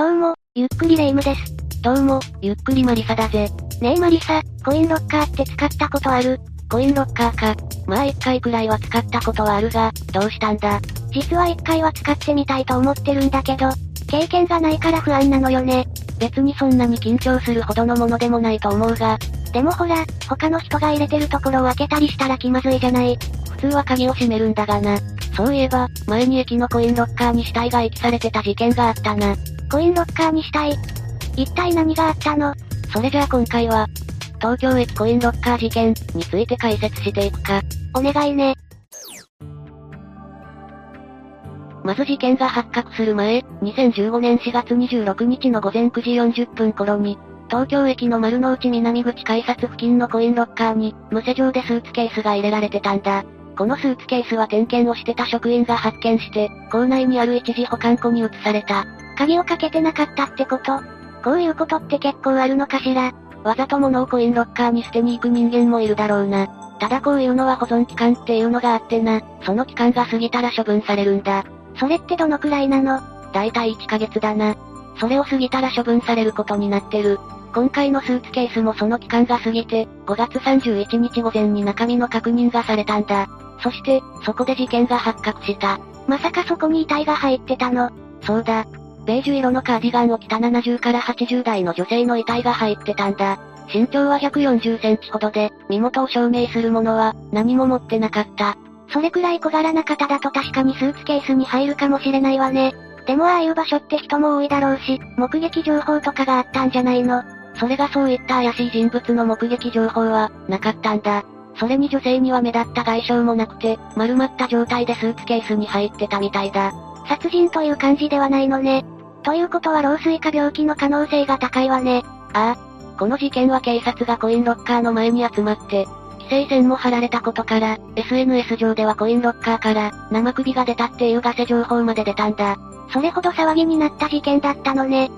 どうも、ゆっくりレ夢ムです。 どうも、ゆっくりマリサだぜ。 ねえマリサ、コインロッカーって使ったことある？ コインロッカーか。まあ一回くらいは使ったことはあるが、どうしたんだ？ 実は一回は使ってみたいと思ってるんだけど、経験がないから不安なのよね。 別にそんなに緊張するほどのものでもないと思うが。 でもほら、他の人が入れてるところを開けたりしたら気まずいじゃない。 普通は鍵を閉めるんだがな。そういえば、前に駅のコインロッカーに死体が遺棄されてた事件があったな。 コインロッカーに死体？一体何があったの？ それじゃあ今回は、東京駅コインロッカー事件について解説していくか。 お願いね。 まず事件が発覚する前、2015年4月26日の午前9時40分頃に、東京駅の丸の内南口改札付近のコインロッカーに、無施錠でスーツケースが入れられてたんだ。このスーツケースは点検をしてた職員が発見して、構内にある一時保管庫に移された。 鍵をかけてなかったってこと？こういうことって結構あるのかしら？ わざと物をコインロッカーに捨てに行く人間もいるだろうな。ただこういうのは保存期間っていうのがあってな、その期間が過ぎたら処分されるんだ。 それってどのくらいなの？ だいたい1ヶ月だな。それを過ぎたら処分されることになってる。今回のスーツケースもその期間が過ぎて、5月31日午前に中身の確認がされたんだ。そして、そこで事件が発覚した。 まさかそこに遺体が入ってたの？ そうだ。ベージュ色のカーディガンを着た70から80代の女性の遺体が入ってたんだ。身長は140センチほどで、身元を証明するものは、何も持ってなかった。 それくらい小柄な方だと確かにスーツケースに入るかもしれないわね。でもああいう場所って人も多いだろうし、目撃情報とかがあったんじゃないの？ それがそういった怪しい人物の目撃情報は、なかったんだ。それに女性には目立った外傷もなくて、丸まった状態でスーツケースに入ってたみたいだ。 殺人という感じではないのね。ということは老衰か病気の可能性が高いわね。 ああ。この事件は警察がコインロッカーの前に集まって、規制線も張られたことから、SNS 上ではコインロッカーから、生首が出たっていうガセ情報まで出たんだ。 それほど騒ぎになった事件だったのね。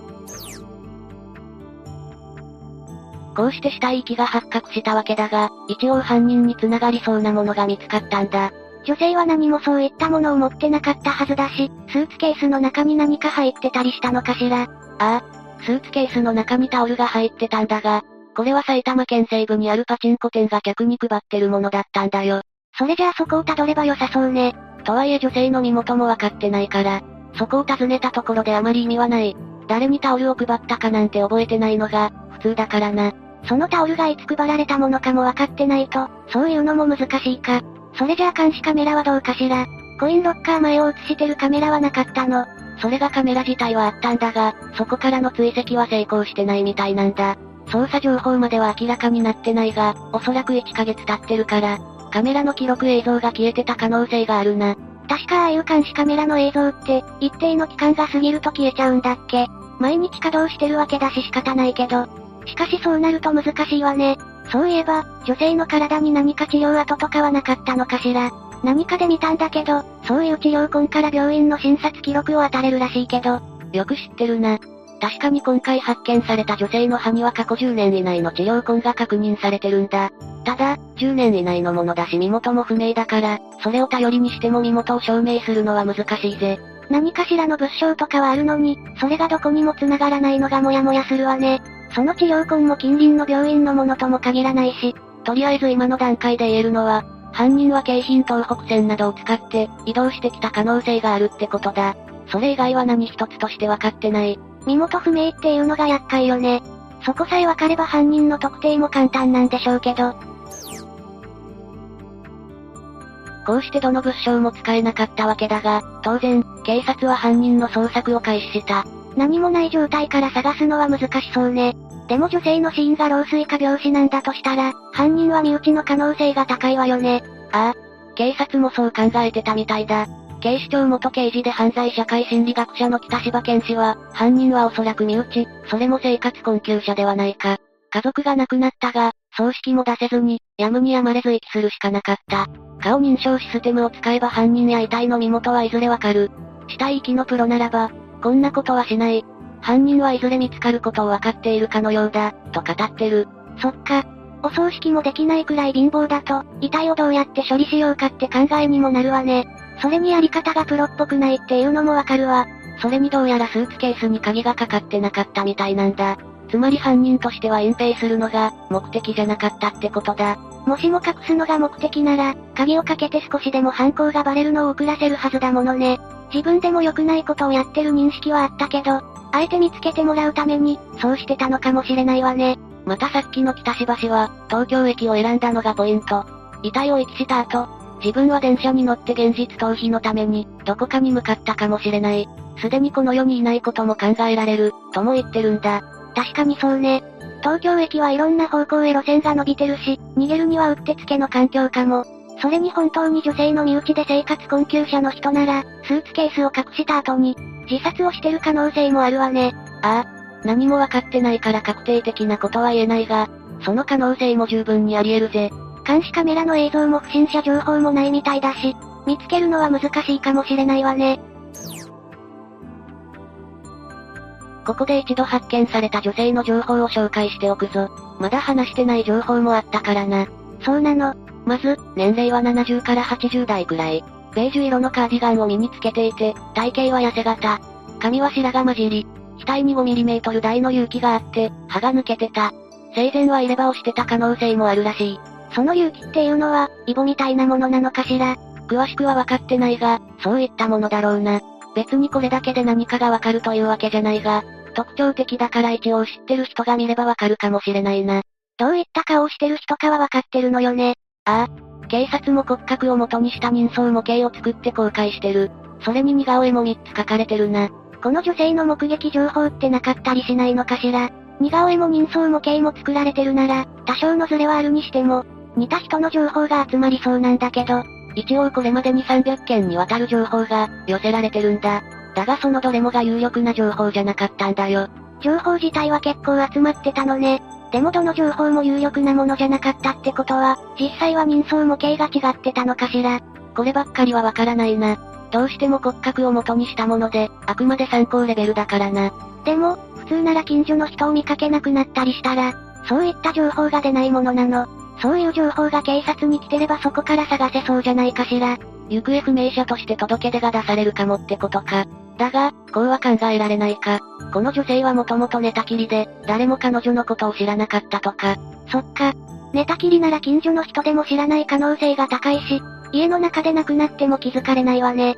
こうして死体遺棄が発覚したわけだが、一応犯人に繋がりそうなものが見つかったんだ。 女性は何もそういったものを持ってなかったはずだし、スーツケースの中に何か入ってたりしたのかしら。 ああ、スーツケースの中にタオルが入ってたんだが、これは埼玉県西部にあるパチンコ店が客に配ってるものだったんだよ。 それじゃあそこをたどれば良さそうね。 とはいえ女性の身元もわかってないから、そこを尋ねたところであまり意味はない。誰にタオルを配ったかなんて覚えてないのが、普通だからな。 そのタオルがいつ配られたものかもわかってないと、そういうのも難しいか。それじゃあ監視カメラはどうかしら。コインロッカー前を映してるカメラはなかったの？ それがカメラ自体はあったんだが、そこからの追跡は成功してないみたいなんだ。捜査情報までは明らかになってないが、おそらく1ヶ月経ってるから、カメラの記録映像が消えてた可能性があるな。 確かああいう監視カメラの映像って、一定の期間が過ぎると消えちゃうんだっけ？毎日稼働してるわけだし仕方ないけど。しかしそうなると難しいわね。そういえば、女性の体に何か治療跡とかはなかったのかしら。何かで見たんだけど、そういう治療痕から病院の診察記録を当たれるらしいけど。 よく知ってるな。確かに今回発見された女性の歯には過去10年以内の治療痕が確認されてるんだ。ただ、10年以内のものだし身元も不明だから、それを頼りにしても身元を証明するのは難しいぜ。 何かしらの物証とかはあるのに、それがどこにも繋がらないのがモヤモヤするわね。その治療痕も近隣の病院のものとも限らないし、 とりあえず今の段階で言えるのは、犯人は京浜東北線などを使って移動してきた可能性があるってことだ。それ以外は何一つとして分かってない。 身元不明っていうのが厄介よね。そこさえ分かれば犯人の特定も簡単なんでしょうけど。 こうしてどの物証も使えなかったわけだが、当然、警察は犯人の捜索を開始した。 何もない状態から探すのは難しそうね。でも女性の死因が老衰か病死なんだとしたら、犯人は身内の可能性が高いわよね。 ああ、警察もそう考えてたみたいだ。警視庁元刑事で犯罪社会心理学者の北柴健氏は、犯人はおそらく身内、それも生活困窮者ではないか。家族が亡くなったが、葬式も出せずに、やむにやまれず遺棄するしかなかった。顔認証システムを使えば犯人や遺体の身元はいずれわかる。死体遺棄のプロならば、こんなことはしない。犯人はいずれ見つかることを分かっているかのようだ、と語ってる。 そっか。お葬式もできないくらい貧乏だと、遺体をどうやって処理しようかって考えにもなるわね。それにやり方がプロっぽくないっていうのもわかるわ。 それにどうやらスーツケースに鍵がかかってなかったみたいなんだ。つまり犯人としては隠蔽するのが目的じゃなかったってことだ。 もしも隠すのが目的なら、鍵をかけて少しでも犯行がバレるのを遅らせるはずだものね。自分でも良くないことをやってる認識はあったけど、あえて見つけてもらうために、そうしてたのかもしれないわね。 またさっきの北芝氏は、東京駅を選んだのがポイント。遺体を遺棄した後、自分は電車に乗って現実逃避のために、どこかに向かったかもしれない。すでにこの世にいないことも考えられる、とも言ってるんだ。 確かにそうね。東京駅はいろんな方向へ路線が伸びてるし、逃げるにはうってつけの環境かも。それに本当に女性の身内で生活困窮者の人なら、スーツケースを隠した後に、自殺をしてる可能性もあるわね。 ああ、何もわかってないから確定的なことは言えないが、その可能性も十分にあり得るぜ。 監視カメラの映像も不審者情報もないみたいだし、見つけるのは難しいかもしれないわね。 ここで一度発見された女性の情報を紹介しておくぞ。まだ話してない情報もあったからな。 そうなの。 まず、年齢は70から80代くらい。ベージュ色のカーディガンを身につけていて、体型は痩せ型。髪は白髪混じり。額に 5mm 大の隆起があって、歯が抜けてた。生前は入れ歯をしてた可能性もあるらしい。 その隆起っていうのは、イボみたいなものなのかしら。 詳しくは分かってないが、そういったものだろうな。別にこれだけで何かがわかるというわけじゃないが、特徴的だから一応知ってる人が見ればわかるかもしれないな。 どういった顔をしてる人かはわかってるのよね。 ああ、警察も骨格を元にした人相模型を作って公開してる。それに似顔絵も3つ書かれてるな。 この女性の目撃情報ってなかったりしないのかしら。似顔絵も人相模型も作られてるなら、多少のズレはあるにしても、似た人の情報が集まりそうなんだけど、 一応これまでに300件にわたる情報が寄せられてるんだ。だがそのどれもが有力な情報じゃなかったんだよ。 情報自体は結構集まってたのね。でもどの情報も有力なものじゃなかったってことは、実際は人相模型が違ってたのかしら。 こればっかりはわからないな。どうしても骨格を元にしたもので、あくまで参考レベルだからな。 でも、普通なら近所の人を見かけなくなったりしたら、そういった情報が出ないものなの。そういう情報が警察に来てればそこから探せそうじゃないかしら。 行方不明者として届け出が出されるかもってことか。だが、こうは考えられないか。この女性はもともと寝たきりで、誰も彼女のことを知らなかったとか。 そっか。寝たきりなら近所の人でも知らない可能性が高いし、家の中で亡くなっても気づかれないわね。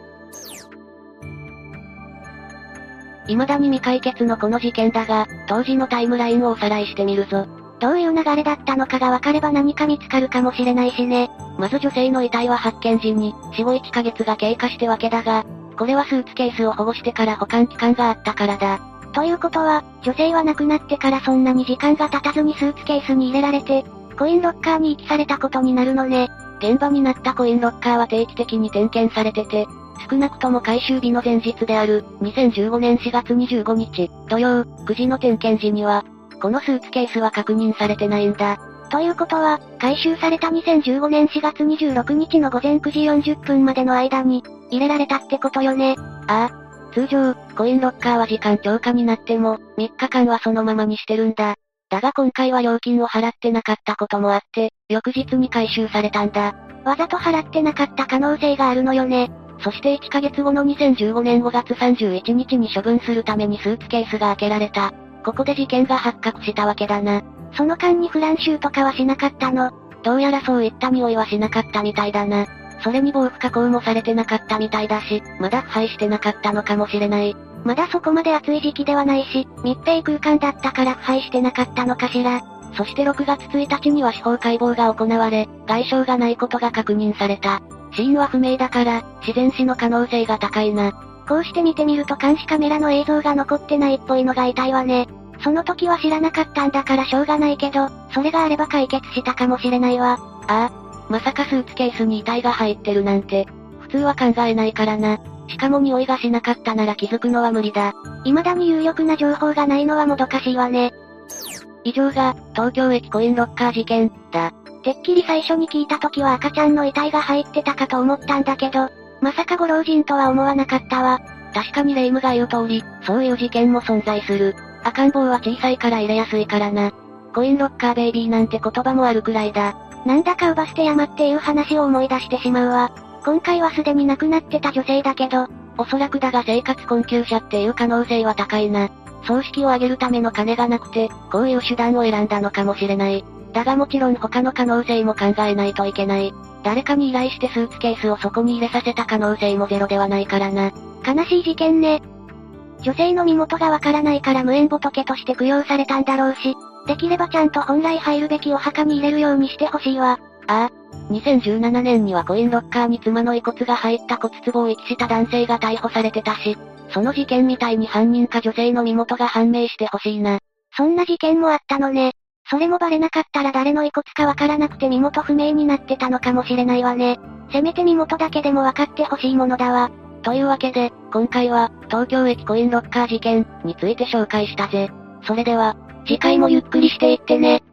未だに未解決のこの事件だが、当時のタイムラインをおさらいしてみるぞ。 どういう流れだったのかが分かれば何か見つかるかもしれないしね。 まず女性の遺体は発見時に、死後1ヶ月が経過してわけだが、これはスーツケースを保護してから保管期間があったからだ。 ということは、女性は亡くなってからそんなに時間が経たずにスーツケースに入れられて、コインロッカーに遺棄されたことになるのね。 現場になったコインロッカーは定期的に点検されてて、少なくとも回収日の前日である、2015年4月25日、土曜、9時の点検時には、このスーツケースは確認されてないんだ。 ということは、回収された2015年4月26日の午前9時40分までの間に、入れられたってことよね。 ああ。通常、コインロッカーは時間超過になっても、3日間はそのままにしてるんだ。だが今回は料金を払ってなかったこともあって、翌日に回収されたんだ。 わざと払ってなかった可能性があるのよね。 そして1ヶ月後の2015年5月31日に処分するためにスーツケースが開けられた。ここで事件が発覚したわけだな。 その間にフランシューとかはしなかったの？ どうやらそういった匂いはしなかったみたいだな。それに防腐加工もされてなかったみたいだし、まだ腐敗してなかったのかもしれない。 まだそこまで暑い時期ではないし、密閉空間だったから腐敗してなかったのかしら。 そして6月1日には司法解剖が行われ、外傷がないことが確認された。死因は不明だから、自然死の可能性が高いな。 こうして見てみると監視カメラの映像が残ってないっぽいのが痛いわね。その時は知らなかったんだからしょうがないけど、それがあれば解決したかもしれないわ。 ああ、まさかスーツケースに遺体が入ってるなんて、普通は考えないからな。しかも匂いがしなかったなら気づくのは無理だ。 未だに有力な情報がないのはもどかしいわね。 以上が、東京駅コインロッカー事件、だ。 てっきり最初に聞いた時は赤ちゃんの遺体が入ってたかと思ったんだけど、まさかご老人とは思わなかったわ。 確かに霊夢が言う通り、そういう事件も存在する。赤ん坊は小さいから入れやすいからな。コインロッカーベイビーなんて言葉もあるくらいだ。 なんだかウバステ山っていう話を思い出してしまうわ。今回はすでに亡くなってた女性だけど、 おそらくだが生活困窮者っていう可能性は高いな。葬式を挙げるための金がなくて、こういう手段を選んだのかもしれない。だがもちろん他の可能性も考えないといけない。誰かに依頼してスーツケースをそこに入れさせた可能性もゼロではないからな。 悲しい事件ね。女性の身元がわからないから無縁仏として供養されたんだろうし、できればちゃんと本来入るべきお墓に入れるようにしてほしいわ。 ああ。2017年にはコインロッカーに妻の遺骨が入った骨壺を遺棄した男性が逮捕されてたし、その事件みたいに犯人か女性の身元が判明してほしいな。 そんな事件もあったのね。それもバレなかったら誰の遺骨かわからなくて身元不明になってたのかもしれないわね。せめて身元だけでもわかってほしいものだわ。 というわけで、今回は、東京駅コインロッカー事件について紹介したぜ。それでは、 次回もゆっくりしていってね。